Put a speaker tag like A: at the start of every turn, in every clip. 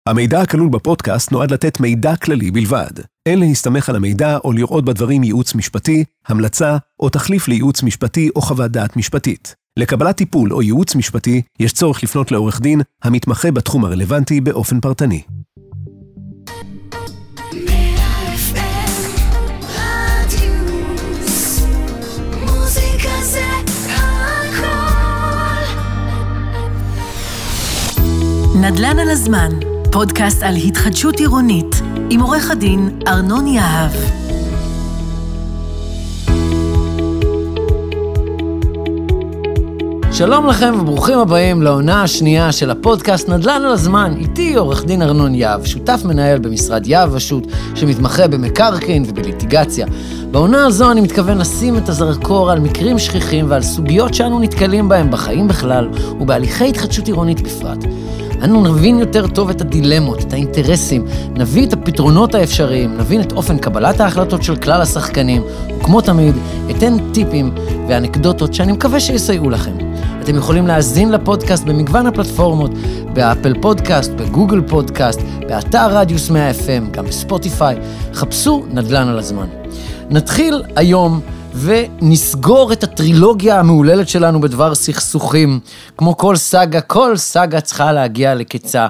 A: המידע הכלול בפודקאסט נועד לתת מידע כללי בלבד. אין להסתמך על המידע או לראות בדברים ייעוץ משפטי, המלצה או תחליף לייעוץ משפטי או חוות דעת משפטית. לקבלת טיפול או ייעוץ משפטי יש צורך לפנות לעורך דין המתמחה בתחום הרלוונטי באופן פרטני.
B: נדל"ן על הזמן, פודקאסט על התחדשות עירונית, עם עורך הדין ארנון יהב.
C: שלום לכם וברוכים הבאים לעונה השנייה של הפודקאסט נדל"ן על הזמן. איתי עורך דין ארנון יהב, שותף מנהל במשרד יהב ושות, שמתמחה במקרקעין ובליטיגציה. בעונה הזו אני מתכוון לשים את הזרקור על מקרים שכיחים ועל סוגיות שאנו נתקלים בהם בחיים בכלל ובהליכי התחדשות עירונית בפרט. אנו נבין יותר טוב את הדילמות, את האינטרסים, נביא את הפתרונות האפשריים, נבין את אופן קבלת ההחלטות של כלל השחקנים, וכמו תמיד, אתן טיפים ואנקדוטות שאני מקווה שיסייעו לכם. אתם יכולים להאזין לפודקאסט במגוון הפלטפורמות, באפל פודקאסט, בגוגל פודקאסט, באתר רדיוס 100 FM, גם בספוטיפיי. חפשו נדל"ן על הזמן. נתחיל היום ונסגור את הטרילוגיה המעוללת שלנו בדבר סכסוכים. כמו כל סאגה צריכה להגיע לקצה.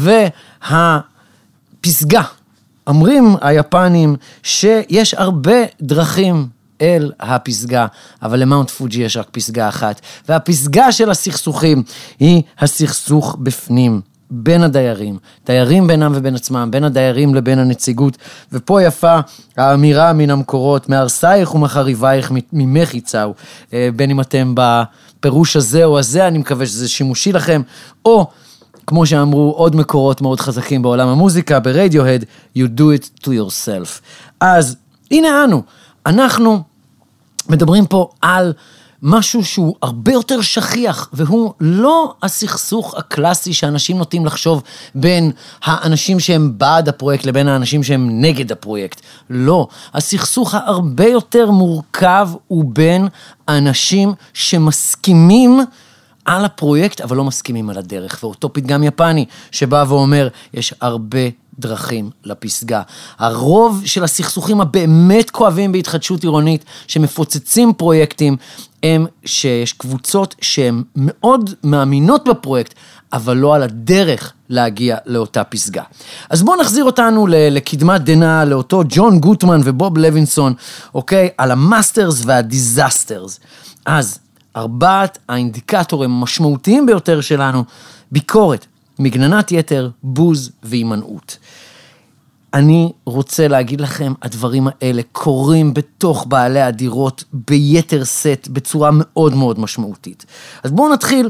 C: והפסגה, אומרים היפנים שיש הרבה דרכים אל הפסגה, אבל למאונט פוג'י יש רק פסגה אחת. והפסגה של הסכסוכים היא הסכסוך בפנים. בין הדיירים, דיירים בינם ובין עצמם, בין הדיירים לבין הנציגות, ופה יפה האמירה מן המקורות, מהרסייך ומחריבייך ממך יצאו, בין אם אתם בפירוש הזה או הזה, אני מקווה שזה שימושי לכם, או כמו שאמרו עוד מקורות מאוד חזקים בעולם המוזיקה, ברדיוהד, you do it to yourself. אז הנה אנחנו מדברים פה על משהו שהוא הרבה יותר שכיח, והוא לא הסכסוך הקלאסי שאנשים נוטים לחשוב בין האנשים שהם בעד הפרויקט לבין האנשים שהם נגד הפרויקט. לא, הסכסוך הרבה יותר מורכב הוא בין אנשים שמסכימים על הפרויקט, אבל לא מסכימים על הדרך. ואותו פתגם יפני שבא ואומר, יש הרבה דרכים לפסגה. הרוב של הסכסוכים הבאמת כואבים בהתחדשות עירונית, שמפוצצים פרויקטים, הם שיש קבוצות שהן מאוד מאמינות בפרויקט, אבל לא על הדרך להגיע לאותה פסגה. אז בואו נחזיר אותנו לקדמת דנה, לאותו ג'ון גוטמן ובוב לוינסון, אוקיי? על המאסטרס והדיזסטרס. אז 4 האינדיקטורים המשמעותיים ביותר שלנו, ביקורת, מגננת יתר, בוז והימנעות. אני רוצה להגיד לכם, הדברים האלה קורים בתוך בעלי הדירות ביתר סט, בצורה מאוד מאוד משמעותית. אז בואו נתחיל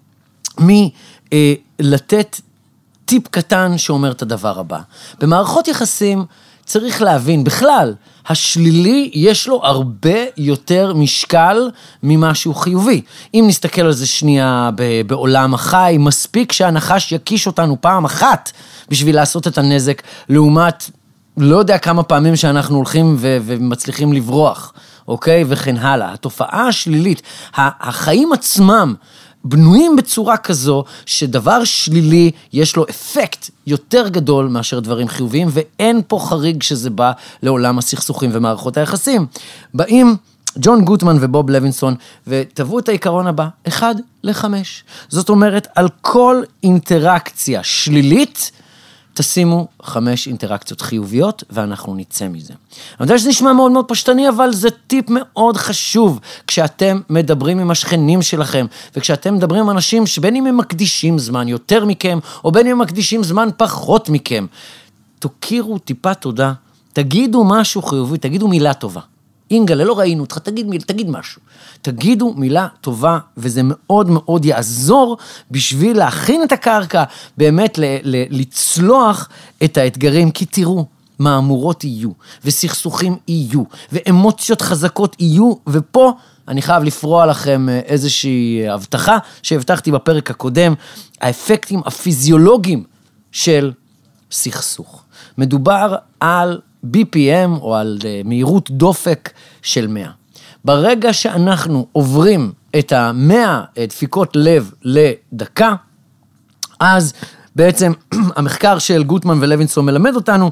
C: לתת טיפ קטן שאומר את הדבר הבא. במערכות יחסים צריך להבין, בכלל, השלילי יש לו הרבה יותר משקל ממשהו חיובי. אם נסתכל על זה שנייה בעולם החי, מספיק שהנחש יקיש אותנו פעם אחת בשביל לעשות את הנזק, לעומת לא יודע כמה פעמים שאנחנו הולכים ומצליחים לברוח, אוקיי? וכן הלאה. התופעה השלילית, החיים עצמם, בנויים בצורה כזו שדבר שלילי יש לו אפקט יותר גדול מאשר דברים חיוביים, ואין פה חריג שזה בא לעולם הסכסוכים ומערכות היחסים. באים ג'ון גוטמן ובוב לוינסון וטבעו את העיקרון הבא, 1-5. זאת אומרת, על כל אינטראקציה שלילית, תשימו 5 אינטראקציות חיוביות, ואנחנו נצא מזה. אני יודע שזה נשמע מאוד מאוד פשטני, אבל זה טיפ מאוד חשוב, כשאתם מדברים עם השכנים שלכם, וכשאתם מדברים עם אנשים שבין אם הם מקדישים זמן יותר מכם, או בין אם הם מקדישים זמן פחות מכם, תכירו טיפה תודה, תגידו משהו חיובי, תגידו מילה טובה. אינגלה, לא ראינו אותך, תגיד משהו. תגידו מילה טובה, וזה מאוד מאוד יעזור בשביל להכין את הקרקע, באמת לצלוח את האתגרים, כי תראו, מאמורות יהיו, וסכסוכים יהיו, ואמוציות חזקות יהיו, ופה אני חייב לפרוע לכם איזושהי הבטחה, שהבטחתי בפרק הקודם, האפקטים הפיזיולוגיים של סכסוך. מדובר על BPM או על מהירות דופק של 100. ברגע שאנחנו עוברים את 100 דפיקות לב לדקה, אז בעצם המחקר של גוטמן ולוינסון מלמד אותנו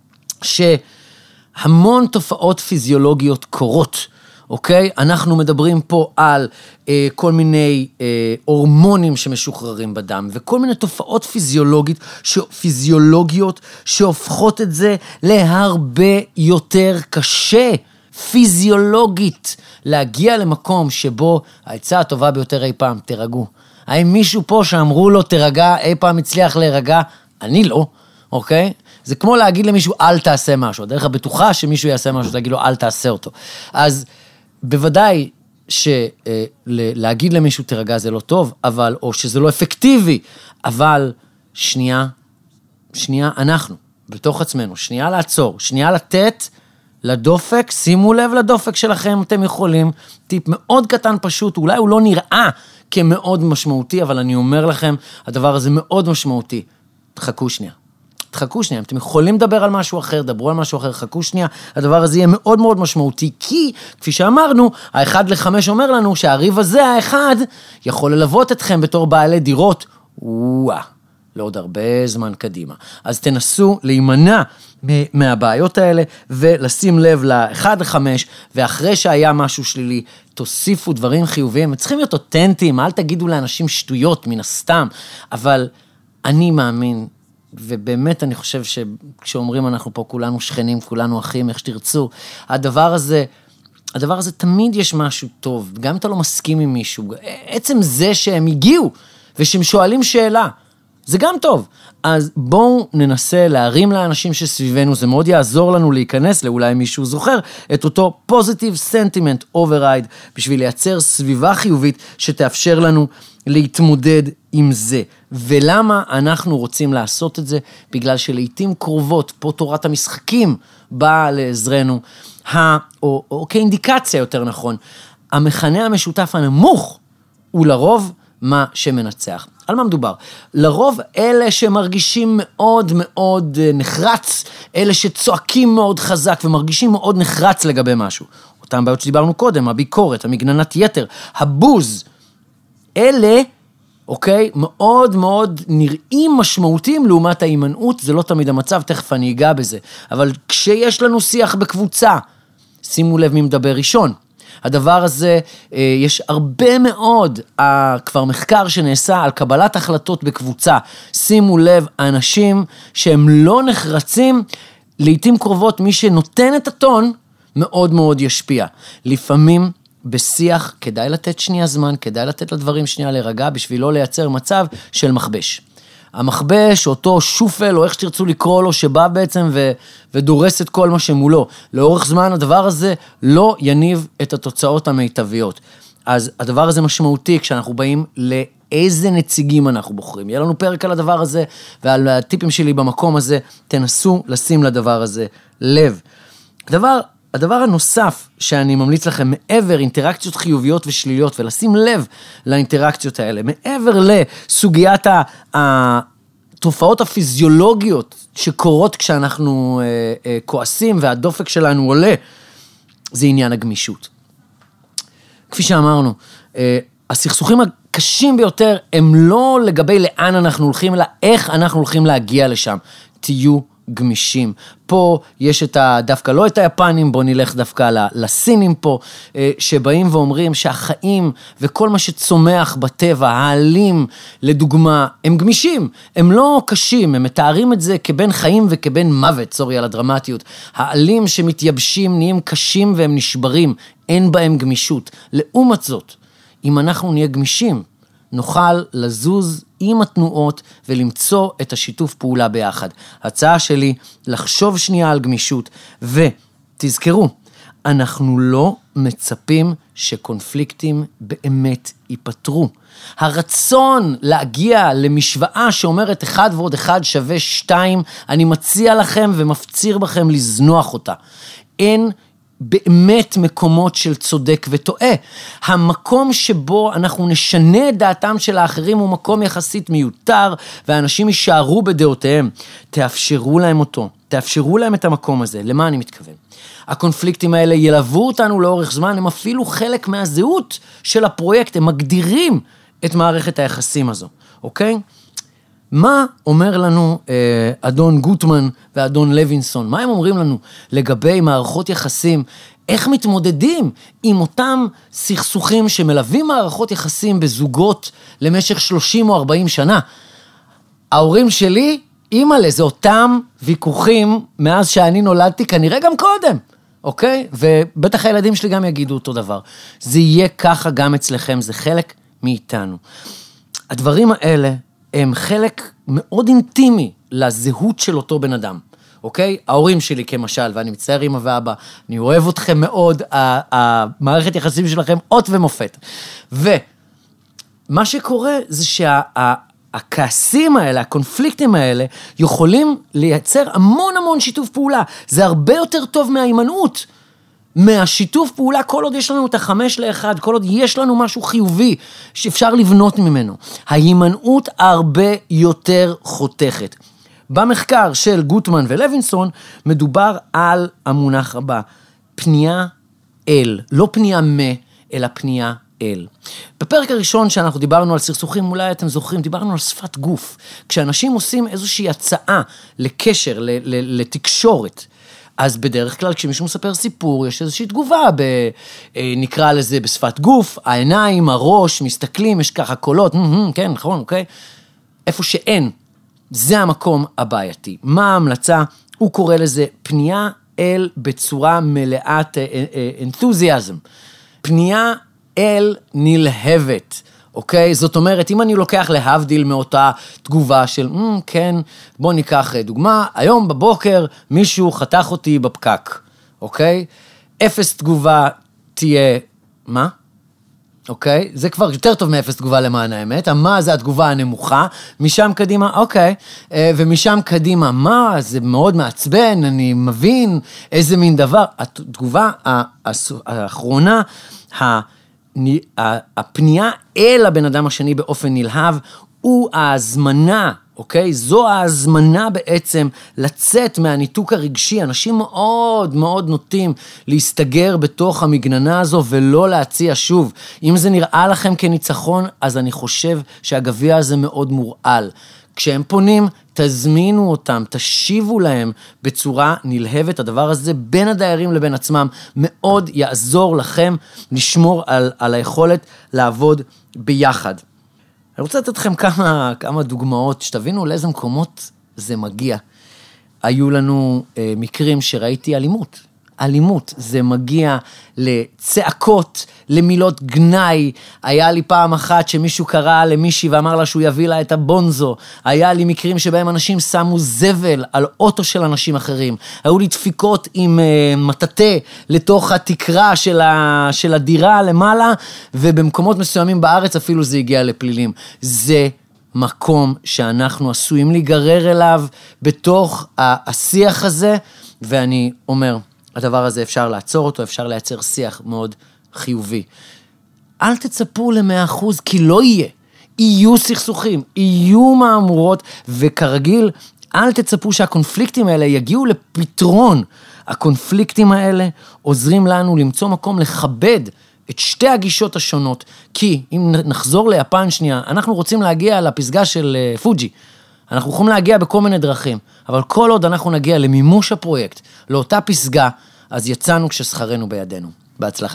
C: שהמון תופעות פיזיולוגיות קורות, אוקיי? אנחנו מדברים פה על כל מיני הורמונים שמשוחררים בדם, וכל מיני תופעות פיזיולוגיות שהופכות את זה להרבה יותר קשה, פיזיולוגית, להגיע למקום שבו העצה הטובה ביותר אי פעם, תרגעו. האם מישהו פה שאמרו לו תרגע, אי פעם הצליח להירגע? אני לא, אוקיי? זה כמו להגיד למישהו אל תעשה משהו, הדרך הבטוחה שמישהו יעשה משהו, תגיד לו אל תעשה אותו. אז בוודאי שלהגיד למישהו תרגע זה לא טוב, אבל, או שזה לא אפקטיבי, אבל שנייה אנחנו, בתוך עצמנו, שנייה לעצור, שנייה לתת לדופק, שימו לב לדופק שלכם, אתם יכולים, טיפ מאוד קטן פשוט, אולי הוא לא נראה כמאוד משמעותי, אבל אני אומר לכם, הדבר הזה מאוד משמעותי, תחכו שנייה, אם אתם יכולים לדבר על משהו אחר, דברו על משהו אחר, חכו שנייה, הדבר הזה יהיה מאוד מאוד משמעותי, כי, כפי שאמרנו, 1-5 אומר לנו שהריב הזה, האחד, יכול ללוות אתכם בתור בעלי דירות, לעוד הרבה זמן קדימה. אז תנסו להימנע מהבעיות האלה, ולשים לב ל1-5, ואחרי שהיה משהו שלילי, תוסיפו דברים חיוביים, צריכים להיות אותנטיים, אל תגידו לאנשים שטויות מן הסתם, אבל אני מאמין, ובאמת אני חושב שכשאומרים אנחנו פה כולנו שכנים, כולנו אחים, איך שתרצו, הדבר הזה תמיד יש משהו טוב, גם אם אתה לא מסכים עם מישהו, עצם זה שהם הגיעו, ושהם שואלים שאלה, זה גם טוב. אז בואו ננסה להרים לאנשים שסביבנו, זה מאוד יעזור לנו להיכנס, לאולי מישהו זוכר, את אותו positive sentiment override, בשביל לייצר סביבה חיובית שתאפשר לנו להתמודד עם זה. ולמה אנחנו רוצים לעשות את זה? בגלל שלעיתים קרובות, פה תורת המשחקים באה לעזרנו, או כאינדיקציה יותר נכון, המכנה המשותף הנמוך הוא לרוב מה שמנצח. על מה מדובר? לרוב אלה שמרגישים מאוד מאוד נחרץ, אלה שצועקים מאוד חזק ומרגישים מאוד נחרץ לגבי משהו. אותם בעיות שדיברנו קודם, הביקורת, המגננת יתר, הבוז, אלה, אוקיי, מאוד מאוד נראים משמעותיים לעומת ההימנעות, זה לא תמיד המצב, תכף אני אגע בזה. אבל כשיש לנו שיח בקבוצה, שימו לב מי מדבר ראשון. הדבר הזה, יש הרבה מאוד כבר מחקר שנעשה על קבלת החלטות בקבוצה. שימו לב, אנשים שהם לא נחרצים, לעתים קרובות מי שנותן את הטון מאוד מאוד ישפיע. לפעמים בשיח כדאי לתת שנייה זמן, כדאי לתת לדברים שנייה להירגע, בשביל לא לייצר מצב של מכבש. המכבש, אותו שופל, או איך שתרצו לקרוא לו, שבא בעצם ודורס את כל מה שמולו. לאורך זמן הדבר הזה לא יניב את התוצאות המיטביות. אז הדבר הזה משמעותי כשאנחנו באים לאיזה נציגים אנחנו בוחרים. יהיה לנו פרק על הדבר הזה, ועל הטיפים שלי במקום הזה, תנסו לשים לדבר הזה לב. הדבר הנוסף שאני ממליץ לכם, מעבר אינטראקציות חיוביות ושליליות, ולשים לב לאינטראקציות האלה, מעבר לסוגיית התופעות הפיזיולוגיות שקורות כשאנחנו כועסים והדופק שלנו עולה, זה עניין הגמישות. כפי שאמרנו, הסכסוכים הקשים ביותר הם לא לגבי לאן אנחנו הולכים, אלא איך אנחנו הולכים להגיע לשם. תהיו גמישים. פה יש דווקא לא את היפנים, בוא נלך דווקא לסינים פה, שבאים ואומרים שהחיים וכל מה שצומח בטבע, העלים לדוגמה, הם גמישים, הם לא קשים, הם מתארים את זה כבין חיים וכבין מוות, סורי על הדרמטיות. העלים שמתייבשים נהיים קשים והם נשברים, אין בהם גמישות. לעומת זאת, אם אנחנו נהיה גמישים, נוכל לזוז עם התנועות ולמצוא את השיתוף פעולה ביחד. הצעה שלי, לחשוב שנייה על גמישות, ותזכרו, אנחנו לא מצפים שקונפליקטים באמת ייפתרו. הרצון להגיע למשוואה שאומרת 1 ועוד 1 שווה 2, אני מציע לכם ומפציר בכם לזנוח אותה. אין באמת מקומות של צודק וטועה. המקום שבו אנחנו נשנה את דעתם של האחרים הוא מקום יחסית מיותר, ואנשים יישארו בדעותיהם. תאפשרו להם אותו, תאפשרו להם את המקום הזה. למה אני מתכוון? הקונפליקטים האלה ילוו אותנו לאורך זמן, הם אפילו חלק מהזהות של הפרויקט, הם מגדירים את מערכת היחסים הזו, אוקיי? מה אומר לנו אדון גוטמן ואדון לוינסון? מה הם אומרים לנו לגבי מערכות יחסים? איך מתמודדים עם אותם סכסוכים שמלווים מערכות יחסים בזוגות למשך 30 או 40 שנה? ההורים שלי, אימא'לה, זה אותם ויכוחים מאז שאני נולדתי, כנראה גם קודם, אוקיי? ובטח הילדים שלי גם יגידו אותו דבר. זה יהיה ככה גם אצלכם, זה חלק מאיתנו. הדברים האלה הם חלק מאוד אינטימי לזהות של אותו בן אדם, אוקיי? ההורים שלי כמשל, ואני מצטער אמא ואבא, אני אוהב אתכם מאוד, המערכת יחסים שלכם אות ומופת. ומה שקורה זה הכעסים האלה, הקונפליקטים האלה, יכולים לייצר המון המון שיתוף פעולה. זה הרבה יותר טוב מההימנעות. מהשיתוף פעולה, כל עוד יש לנו את 5-1, כל עוד יש לנו משהו חיובי שאפשר לבנות ממנו. ההימנעות הרבה יותר חותכת. במחקר של גוטמן ולוינסון, מדובר על המונח הבא, פנייה אל, לא פנייה אלא פנייה אל. בפרק הראשון שאנחנו דיברנו על סכסוכים, אולי אתם זוכרים, דיברנו על שפת גוף. כשאנשים עושים איזושהי הצעה לקשר, לתקשורת, אז בדרך כלל כשמישהו מספר סיפור, יש איזושהי תגובה, נקרא לזה בשפת גוף, העיניים, הראש, מסתכלים, יש ככה קולות, כן, נכון, אוקיי? איפה שאין, זה המקום הבעייתי. מה ההמלצה? הוא קורא לזה פנייה אל בצורה מלאת אנתוזיאזם. פנייה אל נלהבת, אוקיי? זאת אומרת, אם אני לוקח להבדיל מאותה תגובה של, כן, בוא ניקח דוגמה, היום בבוקר מישהו חתך אותי בפקק, אוקיי? 0 תגובה תהיה, מה? אוקיי? זה כבר יותר טוב מ0 תגובה למען האמת, מה זה התגובה הנמוכה, משם קדימה, אוקיי, ומשם קדימה, מה? זה מאוד מעצבן, אני מבין איזה מין דבר, התגובה האחרונה, הפנייה אל הבן אדם השני באופן נלהב, הוא ההזמנה, אוקיי? זו ההזמנה בעצם לצאת מהניתוק הרגשי. אנשים מאוד מאוד נוטים להסתגר בתוך המגננה הזו ולא להציע שוב. אם זה נראה לכם כניצחון, אז אני חושב שהגביע הזה מאוד מורעל. כשהם פונים, תזמינו אותם, תשיבו להם בצורה נלהבת. הדבר הזה בין הדיירים לבין עצמם מאוד יעזור לכם לשמור על היכולת לעבוד ביחד. אני רוצה לתת לכם כמה דוגמאות, שתבינו לאיזה מקומות זה מגיע. היו לנו מקרים שראיתי אלימות. אלימות, זה מגיע לצעקות, למילות גנאי. היה לי פעם אחת שמישהו קרא למישהי ואמר לה שהוא יביא לה את הבונזו. היה לי מקרים שבהם אנשים שמו זבל על אוטו של אנשים אחרים. היו לי דפיקות עם מטאטה לתוך התקרה של הדירה למעלה, ובמקומות מסוימים בארץ אפילו זה הגיע לפלילים. זה מקום שאנחנו עשויים להיגרר אליו בתוך השיח הזה, ואני אומר, הדבר הזה אפשר לעצור אותו, אפשר לייצר שיח מאוד חיובי. אל תצפו ל100%, כי לא יהיה. יהיו סכסוכים, יהיו מאמורות, וכרגיל, אל תצפו שהקונפליקטים האלה יגיעו לפתרון. הקונפליקטים האלה עוזרים לנו למצוא מקום לכבד את שתי הגישות השונות, כי אם נחזור ליפן שנייה, אנחנו רוצים להגיע לפסגה של פוג'י, אנחנו יכולים להגיע בכל מיני דרכים, אבל כל עוד אנחנו נגיע למימוש הפרויקט, לאותה פסגה, אז יצאנו כששכרנו בידינו. בהצלחה.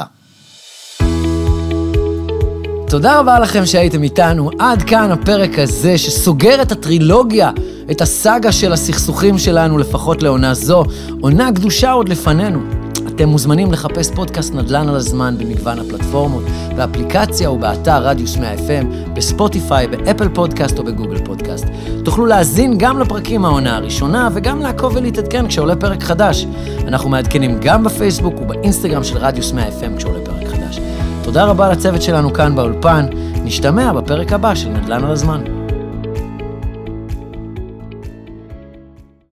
C: תודה רבה לכם שהייתם איתנו. עד כאן הפרק הזה שסוגר את הטרילוגיה, את הסאגה של הסכסוכים שלנו, לפחות לעונה זו. עונה קדושה עוד לפנינו. אתם מוזמנים לחפש פודקאסט נדל"ן על הזמן במגוון הפלטפורמות, באפליקציה או באתר רדיוס 100 FM, בספוטיפיי, באפל פודקאסט או בגוגל פודקאסט. תוכלו להזין גם לפרקים העונה הראשונה, וגם לעקוב ולהתעדכן כשעולה פרק חדש. אנחנו מעדכנים גם בפייסבוק ובאינסטגרם של רדיוס 100 FM כשעולה פרק חדש. תודה רבה לצוות שלנו כאן באולפן, נשתמע בפרק הבא של נדל"ן על הזמן.